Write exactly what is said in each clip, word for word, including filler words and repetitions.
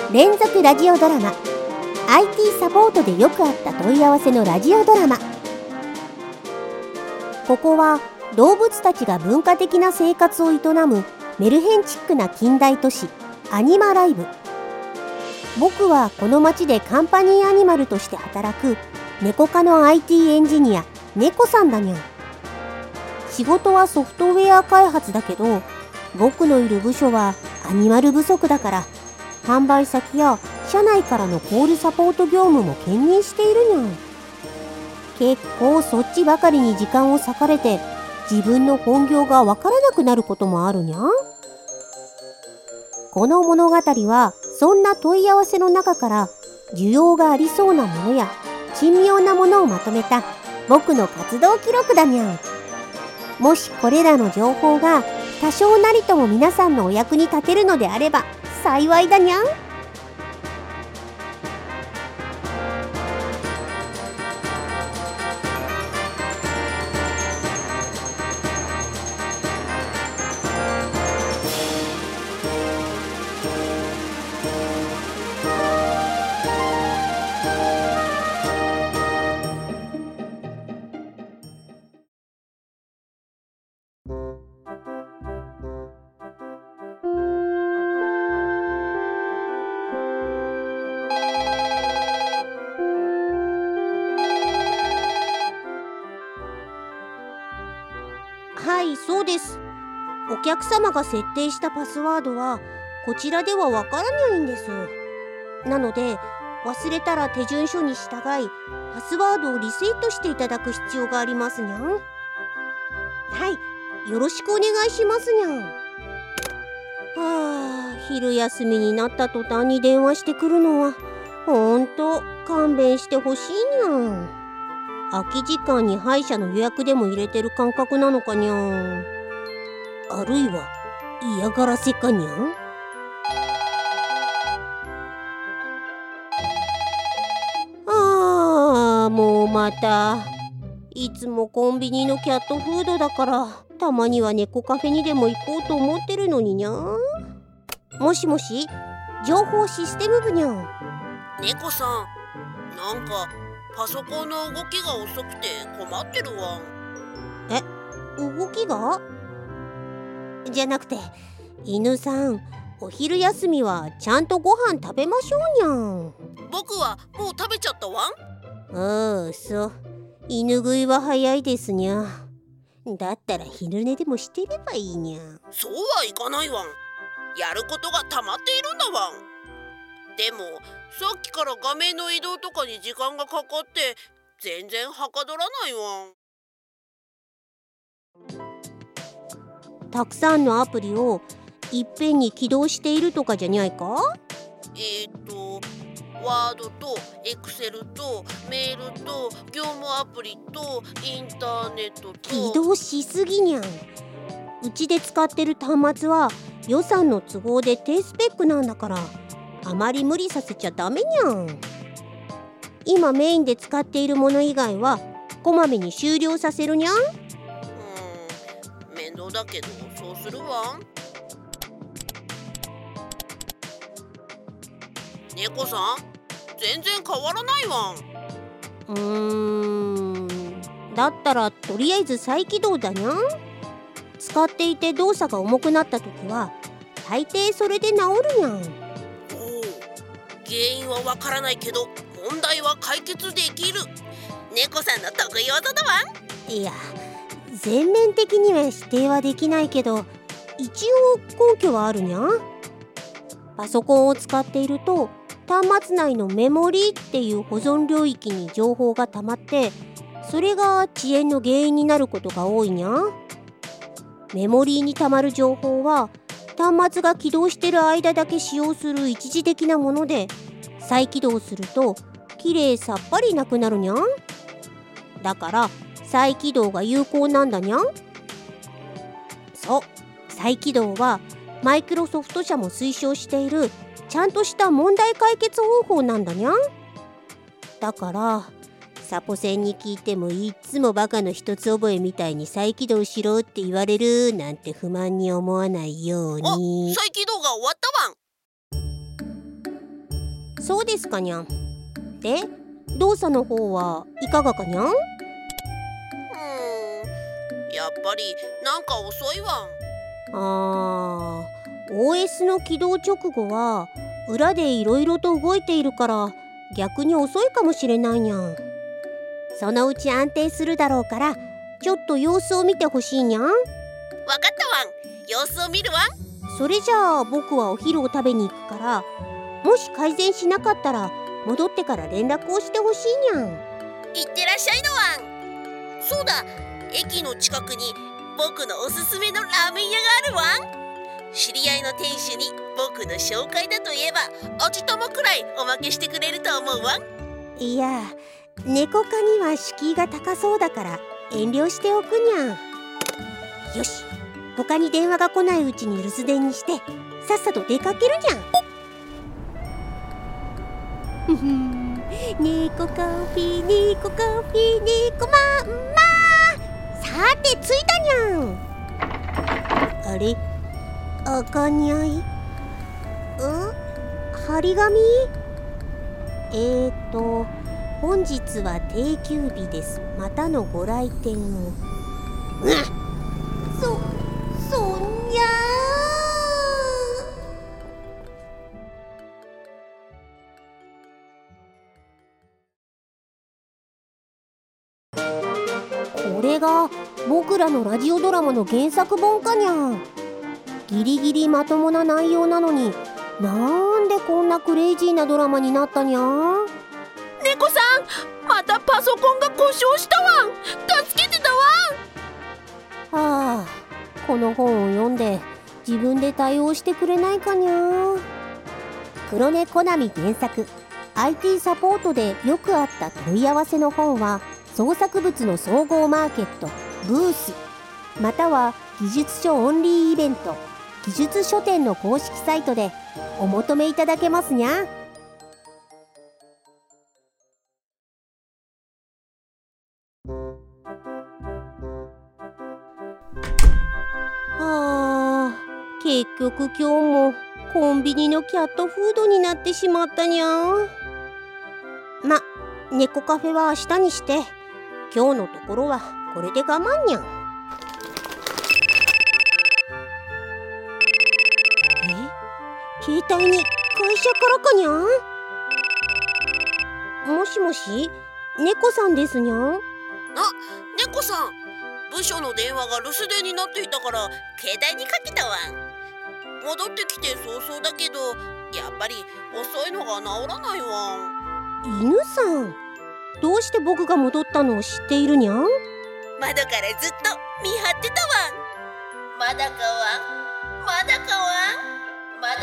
連続ラジオドラマ アイティー サポートでよくあった問い合わせのラジオドラマ。ここは動物たちが文化的な生活を営むメルヘンチックな近代都市アニマライブ。僕はこの町でカンパニーアニマルとして働く猫科の アイティー エンジニア猫さんだにゃん。仕事はソフトウェア開発だけど、僕のいる部署はアニマル不足だから販売先や社内からのコールサポート業務も兼任しているにゃん。結構そっちばかりに時間を割かれて自分の本業がわからなくなることもあるにゃん。この物語はそんな問い合わせの中から需要がありそうなものや珍妙なものをまとめた僕の活動記録だにゃん。もしこれらの情報が多少なりとも皆さんのお役に立てるのであれば幸いだにゃん。はい、そうです。お客様が設定したパスワードはこちらではわからないんです。なので忘れたら手順書に従いパスワードをリセットしていただく必要がありますにゃん。はい、よろしくお願いしますにゃん。はあ、昼休みになった途端に電話してくるのはほんと勘弁してほしいにゃん。空き時間に歯医者の予約でも入れてる感覚なのかにゃん。あるいは嫌がらせかにゃん。ああ、もうまた。いつもコンビニのキャットフードだからたまには猫カフェにでも行こうと思ってるのににゃん。もしもし、情報システム部にゃん。 猫さん、なんかパソコンの動きが遅くて困ってるわ。 え、動きが？じゃなくて、犬さん、お昼休みはちゃんとご飯食べましょうにゃん。 僕はもう食べちゃったわん。 ああ、そう。犬食いは早いですにゃ。だったら昼寝でもしてればいいにゃ。 そうはいかないわん。やることが溜まっているんだわん。でもさっきから画面の移動とかに時間がかかって全然はかどらないわん。たくさんのアプリをいっぺんに起動しているとかじゃにゃいか？ えっとワードとエクセルとメールと業務アプリとインターネットと。 起動しすぎにゃん。うちで使ってる端末は予算の都合で低スペックなんだからあまり無理させちゃダメにゃん。今メインで使っているもの以外はこまめに終了させるにゃん。うーん、面倒だけどそうするわん。猫さん、全然変わらないわん。 うーん、だったらとりあえず再起動だにゃん。使っていて動作が重くなった時は大抵それで治るにゃん。 おお、原因はわからないけど問題は解決できる。猫さんの得意技だわん。いや、全面的には否定はできないけど一応根拠はあるにゃん。パソコンを使っていると端末内のメモリーっていう保存領域に情報が溜まってそれが遅延の原因になることが多いにゃん。メモリーに溜まる情報は端末が起動している間だけ使用する一時的なもので再起動するときれいさっぱりなくなるにゃん。だから再起動が有効なんだにゃん。そう、再起動はマイクロソフト社も推奨しているちゃんとした問題解決方法なんだにゃん。だからサポセンに聞いてもいっつもバカの一つ覚えみたいに再起動しろって言われるなんて不満に思わないように。 あ、再起動が終わったわん。 そうですかにゃん。で、動作の方はいかがかにゃん？うーん、 やっぱりなんか遅いわん。 あー、オーエス の起動直後は裏でいろいろと動いているから逆に遅いかもしれないにゃん。そのうち安定するだろうからちょっと様子を見てほしいにゃん。 わかったわん、様子を見るわん。 それじゃあ僕はお昼を食べに行くから、もし改善しなかったら戻ってから連絡をしてほしいにゃん。 いってらっしゃいのわん。そうだ、駅の近くに僕のおすすめのラーメン屋があるわん。知り合いの店主に僕の紹介だと言えば味玉くらいおまけしてくれると思うわん。 いや、猫科には敷居が高そうだから遠慮しておくにゃん。よし、他に電話が来ないうちに留守電にしてさっさと出かけるにゃん。ふふん、猫カフェ、猫カフェ、猫まんま。さて着いたにゃん。あれ、あかにゃい。ん？張り紙？えーと本日は定休日です。またのご来店を。うん、そ、そんにゃー。これが僕らのラジオドラマの原作本かにゃん。ギリギリまともな内容なのに、なんでこんなクレイジーなドラマになったにゃん。 猫さん、またパソコンが故障したわん。助けてたわん。はあ、この本を読んで自分で対応してくれないかにゃ。黒根コナミ原作、 アイティー サポートでよくあった問い合わせの本は創作物の総合マーケットブース、または技術書オンリーイベント技術書店の公式サイトでお求めいただけますにゃ。はあ、結局今日もコンビニのキャットフードになってしまったにゃ。ま、猫カフェは明日にして今日のところはこれで我慢にゃん。え、携帯に会社からかにゃん。もしもし、猫さんですにゃん。 あ、猫さん、部署の電話が留守電になっていたから携帯にかけたわん。戻ってきて早々だけどやっぱり遅いのが治らないわん。 犬さん、どうして僕が戻ったのを知っているにゃん。 窓からずっと見張ってたわん。まだかわん、まだかわん、まだかわん、まだかわん、まだかわ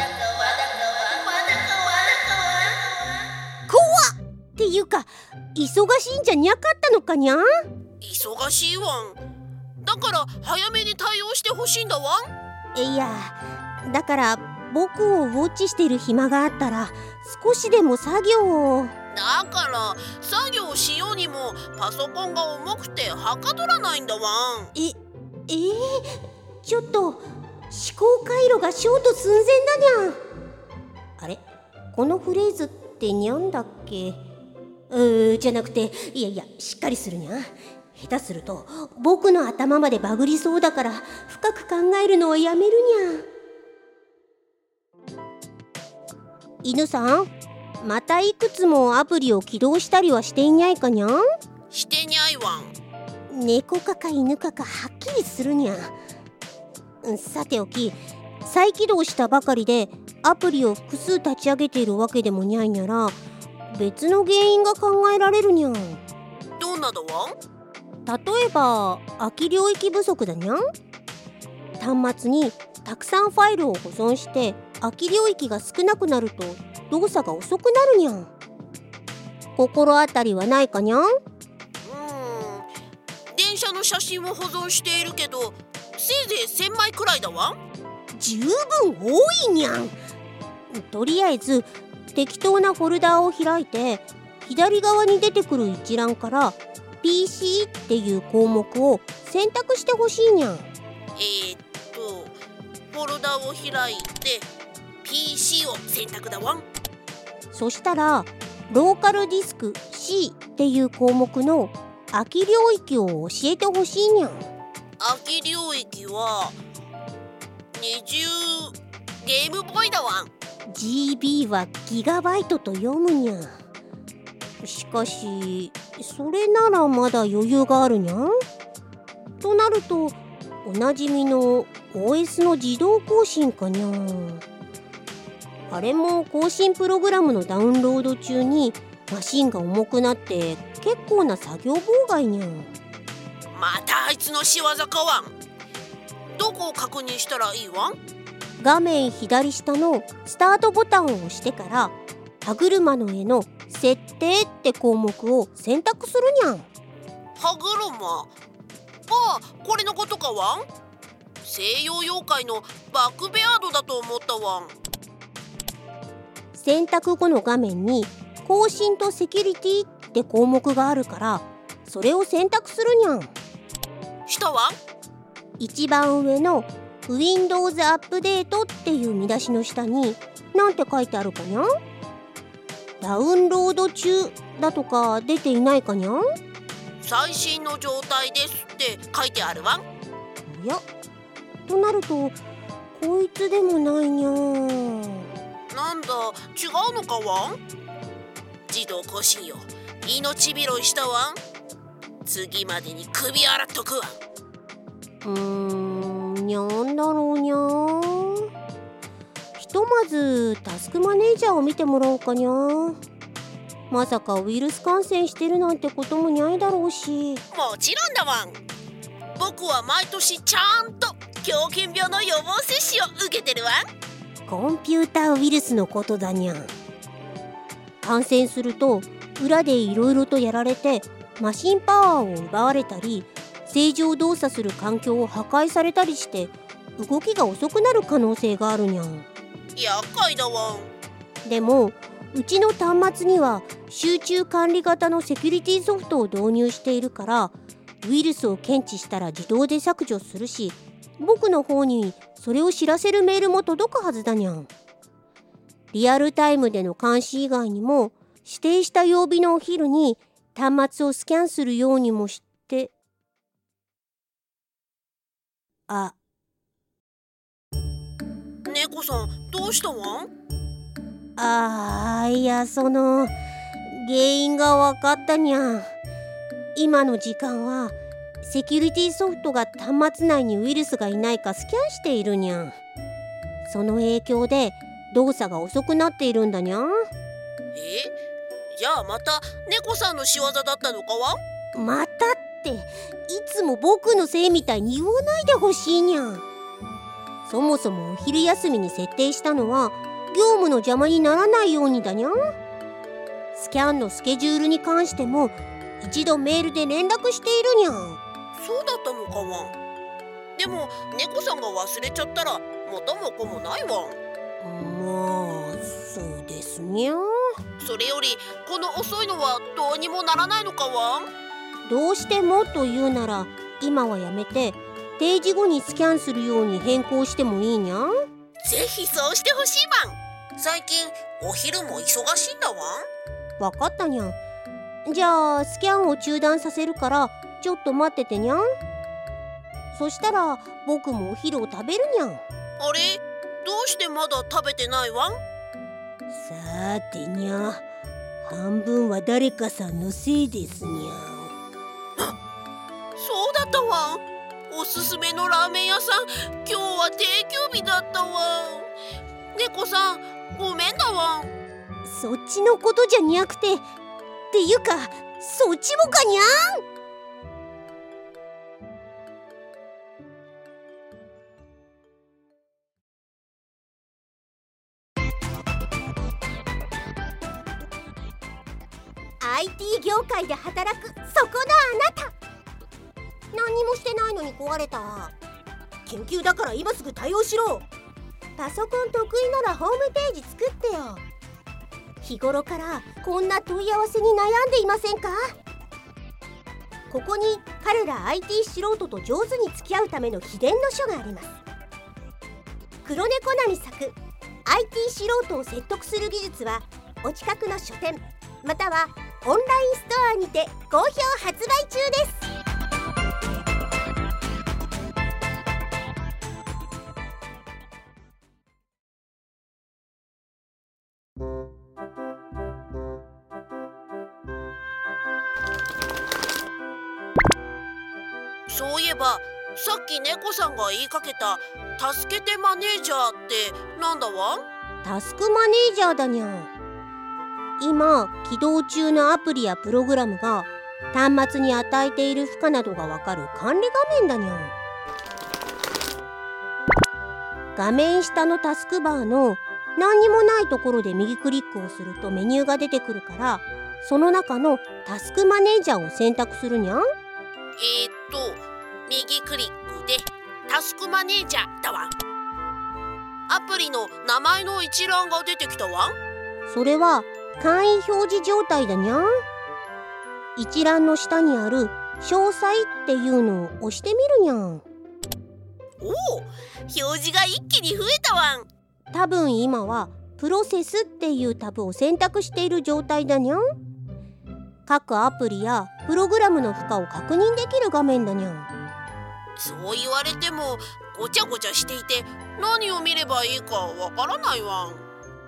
ん。 怖っっていうか、忙しいんじゃにゃかったのかにゃん。 忙しいわん。だから早めに対応してほしいんだわん。いや、だから僕をウォッチしている暇があったら少しでも作業を。 だから作業しようにもパソコンが重くてはかどらないんだわん。 え、えー、ちょっと思考回路がショート寸前だにゃん。あれ、このフレーズってにゃんだっけ。うーじゃなくて、いやいや、しっかりするにゃ。下手すると僕の頭までバグりそうだから深く考えるのはやめるにゃ。犬さん、またいくつもアプリを起動したりはしていないかにゃん。 してにゃいわん。猫かか犬かかはっきりするにゃ。さておき、再起動したばかりでアプリを複数立ち上げているわけでもにゃいにゃら、別の原因が考えられるにゃん。 どんなだわん。 例えば空き領域不足だにゃん。端末にたくさんファイルを保存して空き領域が少なくなると動作が遅くなるにゃん。心当たりはないかにゃん。うーん、 電車の写真を保存しているけどせいぜいせんまいくらいだわん。 十分多いにゃん。とりあえず適当なフォルダーを開いて左側に出てくる一覧から ピーシー っていう項目を選択してほしいにゃん。 えー、っとフォルダを開いて ピーシー を選択だわん。 そしたらローカルディスク C っていう項目の空き領域を教えてほしいにゃん。 空き領域はにじゅうゲームボーイだわん。 ジービー はギガバイトと読むにゃん。しかしそれならまだ余裕があるにゃん。となるとおなじみの オーエス の自動更新かにゃん。あれも更新プログラムのダウンロード中にマシンが重くなって結構な作業妨害にゃん。 またあいつの仕業かわん。どこを確認したらいいわん？ 画面左下のスタートボタンを押してから歯車の絵の設定って項目を選択するにゃん。 歯車、ああ、これのことかわん。西洋妖怪のバックベアードだと思ったわん。 選択後の画面に更新とセキュリティって項目があるからそれを選択するにゃん。 したわん。 一番上の Windows アップデートっていう見出しの下になんて書いてあるかにゃん。ダウンロード中だとか出ていないかにゃん。 最新の状態ですって書いてあるわん。 おや、となるとこいつでもないにゃん。 なんだ、違うのかわん。自動更新よ、命拾いしたわん。次までに首洗っとくわ。 うーん、にゃんだろうにゃん。ひとまずタスクマネージャーを見てもらおうかにゃ。まさかウイルス感染してるなんてこともないだろうし。 もちろんだわん。僕は毎年ちゃんと狂犬病の予防接種を受けてるわん。 コンピューターウイルスのことだにゃん。感染すると裏でいろいろとやられてマシンパワーを奪われたり正常動作する環境を破壊されたりして動きが遅くなる可能性があるにゃん。 厄介だわん。でもうちの端末には集中管理型のセキュリティソフトを導入しているからウイルスを検知したら自動で削除するし僕の方にそれを知らせるメールも届くはずだにゃん。リアルタイムでの監視以外にも指定した曜日のお昼に端末をスキャンするようにもして。あ、 猫さんどうしたわん？ あーいやその原因が分かったにゃん。今の時間はセキュリティソフトが端末内にウイルスがいないかスキャンしているにゃん。その影響で動作が遅くなっているんだにゃん。 え？じゃあまた猫さんの仕業だったのかわん？またっていつも僕のせいみたいに言わないでほしいにゃん。そもそもお昼休みに設定したのは業務の邪魔にならないようにだにゃん。スキャンのスケジュールに関しても一度メールで連絡しているにゃん。 そうだったのかわん。でも猫さんが忘れちゃったら元も子もないわん。 まあそうですにゃ。 それよりこの遅いのはどうにもならないのかわん。 どうしてもというなら今はやめて定時後にスキャンするように変更してもいいにゃん。 ぜひそうしてほしいわん。最近お昼も忙しいんだわん。 わかったにゃん。じゃあスキャンを中断させるからちょっと待っててにゃん。そしたら僕もお昼を食べるにゃん。 あれ、どうしてまだ食べてないわん？ さーてにゃ、半分は誰かさんのせいですにゃん。 そうだったわん。おすすめのラーメン屋さん今日は定休日だったわん。猫さんごめんだわん。 そっちのことじゃにゃくてっていうかそっちもかにゃん。アイティー 業界で働くそこのあなた。何にもしてないのに壊れた。緊急だから今すぐ対応しろ。パソコン得意ならホームページ作ってよ。日頃からこんな問い合わせに悩んでいませんか？ここに彼ら アイティー 素人と上手に付き合うための秘伝の書があります。黒猫なに作 アイティー 素人を説得する技術はお近くの書店またはオンラインストアにて好評発売中です。 そういえばさっき猫さんが言いかけた助けてマネージャーってなんだわん？ タスクマネージャーだにゃん。今起動中のアプリやプログラムが端末に与えている負荷などがわかる管理画面だにゃん。画面下のタスクバーの何にもないところで右クリックをするとメニューが出てくるから、その中のタスクマネージャーを選択するにゃん。 えーっと右クリックでタスクマネージャーだわん。アプリの名前の一覧が出てきたわん。 それは簡易表示状態だにゃん。一覧の下にある詳細っていうのを押してみるにゃん。 おお、表示が一気に増えたわん。 多分今はプロセスっていうタブを選択している状態だにゃん。各アプリやプログラムの負荷を確認できる画面だにゃん。 そう言われてもごちゃごちゃしていて何を見ればいいかわからないわん。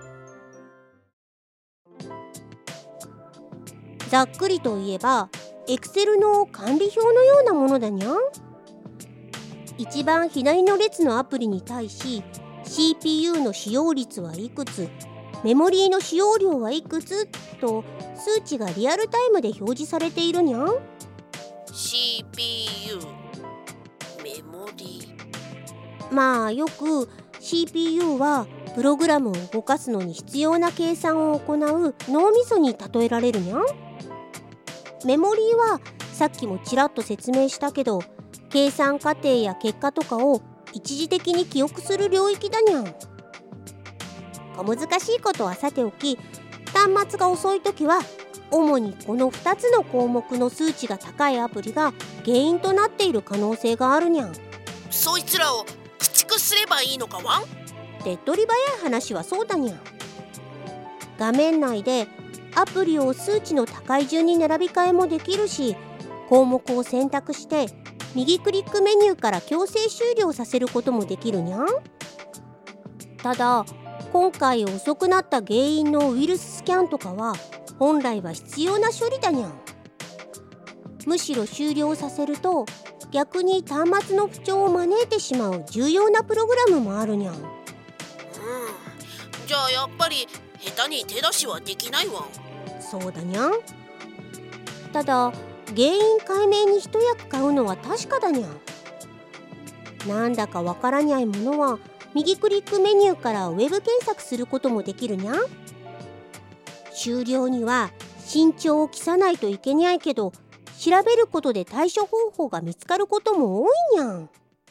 ざっくりと言えば Excel の管理表のようなものだにゃん。一番左の列のアプリに対し シーピーユー の使用率はいくつ、メモリーの使用量はいくつと数値がリアルタイムで表示されているにゃん。 シーピーユー メモリー。 まあよく シーピーユー はプログラムを動かすのに必要な計算を行う脳みそに例えられるにゃん。メモリーはさっきもちらっと説明したけど、計算過程や結果とかを一時的に記憶する領域だにゃん。小難しいことはさておき、端末が遅いときは主にこのふたつの項目の数値が高いアプリが原因となっている可能性があるにゃん。 そいつらを駆逐すればいいのかわん？ 手っ取り早い話はそうだにゃん。画面内でアプリを数値の高い順に並び替えもできるし、項目を選択して右クリックメニューから強制終了させることもできるにゃん。ただ今回遅くなった原因のウイルススキャンとかは本来は必要な処理だにゃん。むしろ終了させると逆に端末の不調を招いてしまう重要なプログラムもあるにゃん。うん、 じゃあやっぱり下手に手出しはできないわん。 そうだにゃん。ただ原因解明に一役買うのは確かだにゃん。なんだかわからにゃいものは右クリックメニューからウェブ検索することもできるにゃん。終了には慎重を期さないといけにゃいけど、調べることで対処方法が見つかることも多いにゃん。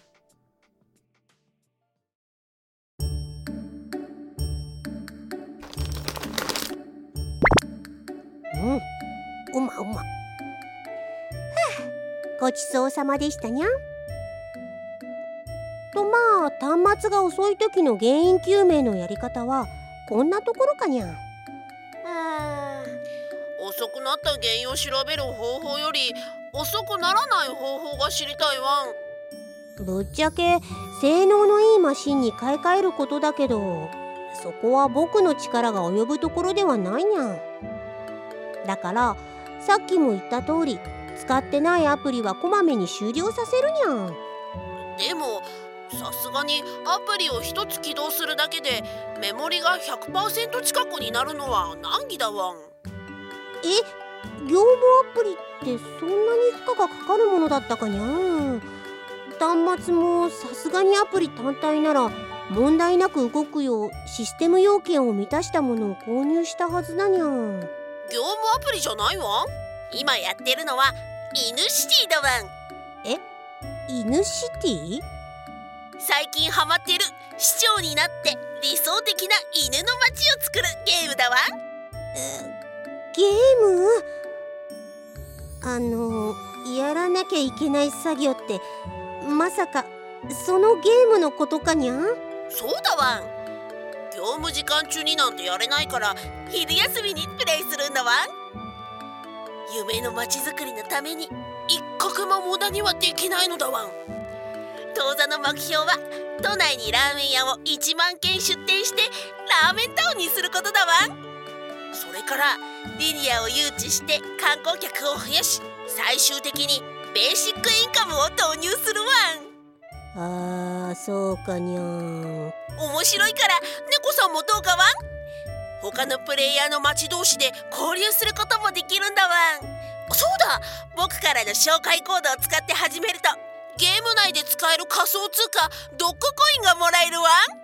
うん、うまうま。はあ、ごちそうさまでしたにゃん。とまあ端末が遅い時の原因究明のやり方はこんなところかにゃん。 遅くなった原因を調べる方法より遅くならない方法が知りたいわん。ぶっちゃけ性能のいいマシンに買い替えることだけど、そこは僕の力が及ぶところではないにゃん。だからさっきも言った通り、使ってないアプリはこまめに終了させるにゃん。 でもさすがにアプリを一つ起動するだけでメモリが ひゃくパーセント 近くになるのは難儀だわん。 え、業務アプリってそんなに負荷がかかるものだったかにゃん。端末もさすがにアプリ単体なら問題なく動くようシステム要件を満たしたものを購入したはずだにゃん。 業務アプリじゃないわん。今やってるのはイヌシティだわん。 え、イヌシティ？ 最近ハマってる市長になって理想的な犬の街を作るゲームだわ。 ゲーム？あのやらなきゃいけない作業ってまさかそのゲームのことかにゃん？ そうだわん。業業務時間中になんてやれないから昼休みにプレイするんだわ。夢の街づくりのために一刻も無駄にはできないのだわん。当座の目標は都内にラーメン屋をいちまんけん出店してラーメンタウンにすることだわん。それからリニアを誘致して観光客を増やし、最終的にベーシックインカムを導入するわん。あー、そうかにゃん。 面白いから猫さんもどうかわん。他のプレイヤーの街同士で交流することもできるんだわん。そうだ、僕からの紹介コードを使って始めるとゲーム内で使える仮想通貨ドッグコインがもらえるわん。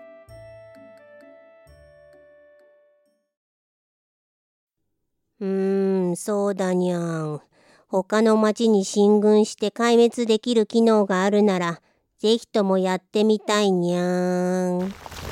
うーん、そうだにゃん。他の町に進軍して壊滅できる機能があるならぜひともやってみたいにゃん。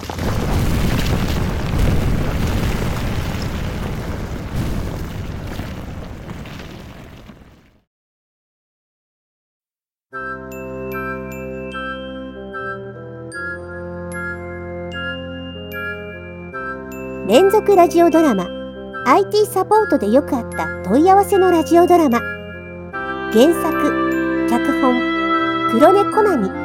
連続ラジオドラマ アイティー サポートでよくあった問い合わせのラジオドラマ。原作脚本黒猫なみ、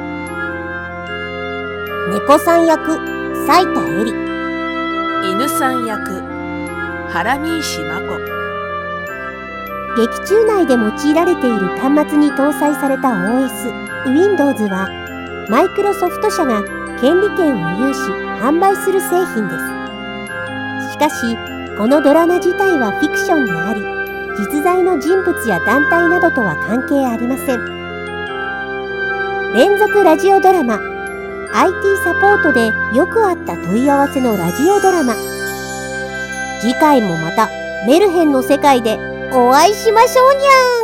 猫さん役斉田恵里、 犬さん役原西真子。 劇中内で用いられている端末に搭載された オーエス Windows はマイクロソフト社が権利権を有し販売する製品です。しかしこのドラマ自体はフィクションであり、実在の人物や団体などとは関係ありません。連続ラジオドラマ アイティー サポートでよくあった問い合わせのラジオドラマ。次回もまたメルヘンの世界でお会いしましょうにゃー。